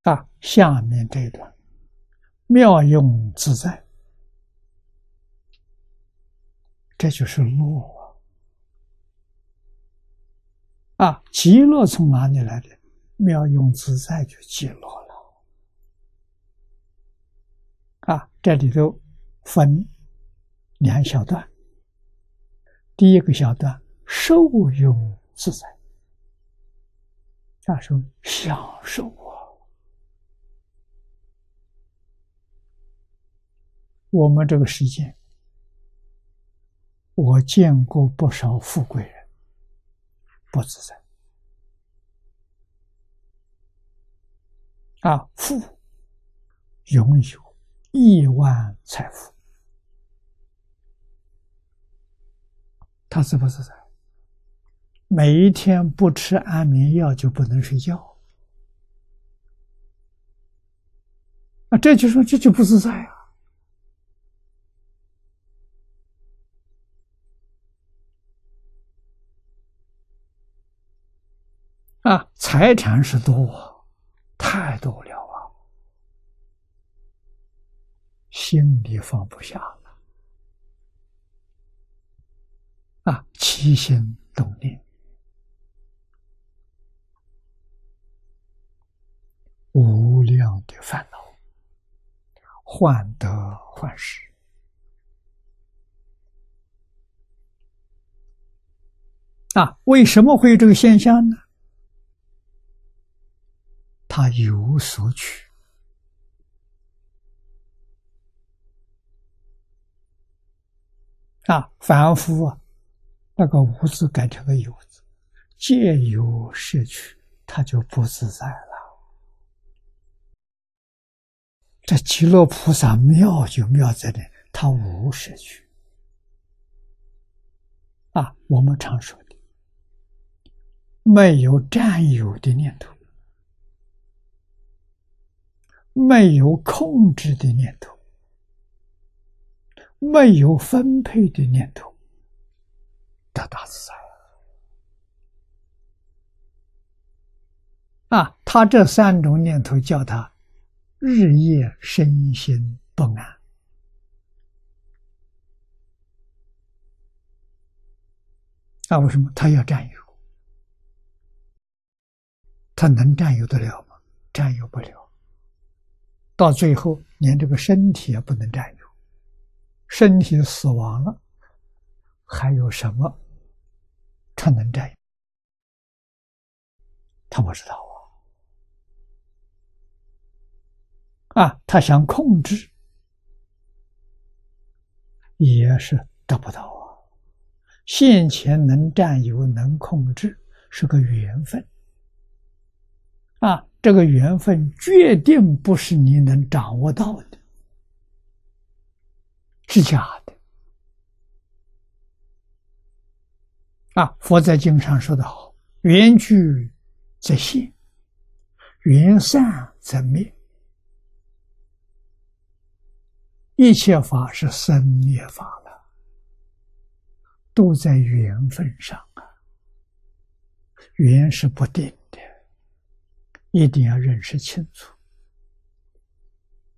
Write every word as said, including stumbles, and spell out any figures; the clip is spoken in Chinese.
啊，下面这一段妙用自在，这就是乐啊！啊，极乐从哪里来的？妙用自在就极乐了啊！这里头分两小段，第一个小段受用自在，他说享受啊。我们这个世界，我见过不少富贵人不自在啊，富拥有亿万财富，他自不自在？每一天不吃安眠药就不能睡觉啊，这就说这就不自在啊！啊，财产是多，太多了啊，心里放不下了啊，起心动念，无量的烦恼，患得患失啊！为什么会有这个现象呢？他有所取啊，凡夫啊，那个无字改成个有字，借有摄取，他就不自在了。这极乐菩萨妙就妙在这，他无摄取啊，我们常说的，没有占有的念头，没有控制的念头，没有分配的念头，得大自在啊！他这三种念头叫他日夜身心不安啊！为什么？他要占有，他能占有得了吗？占有不了，到最后连这个身体也不能占有，身体死亡了，还有什么他能占有？他不知道啊！啊，他想控制，也是得不到啊！现前能占有、能控制，是个缘分啊！这个缘分决定不是你能掌握到的，是假的啊！佛在经上说得好：“缘聚则现，缘散则灭。”一切法是生灭法了，都在缘分上啊。缘是不定的，一定要认识清楚。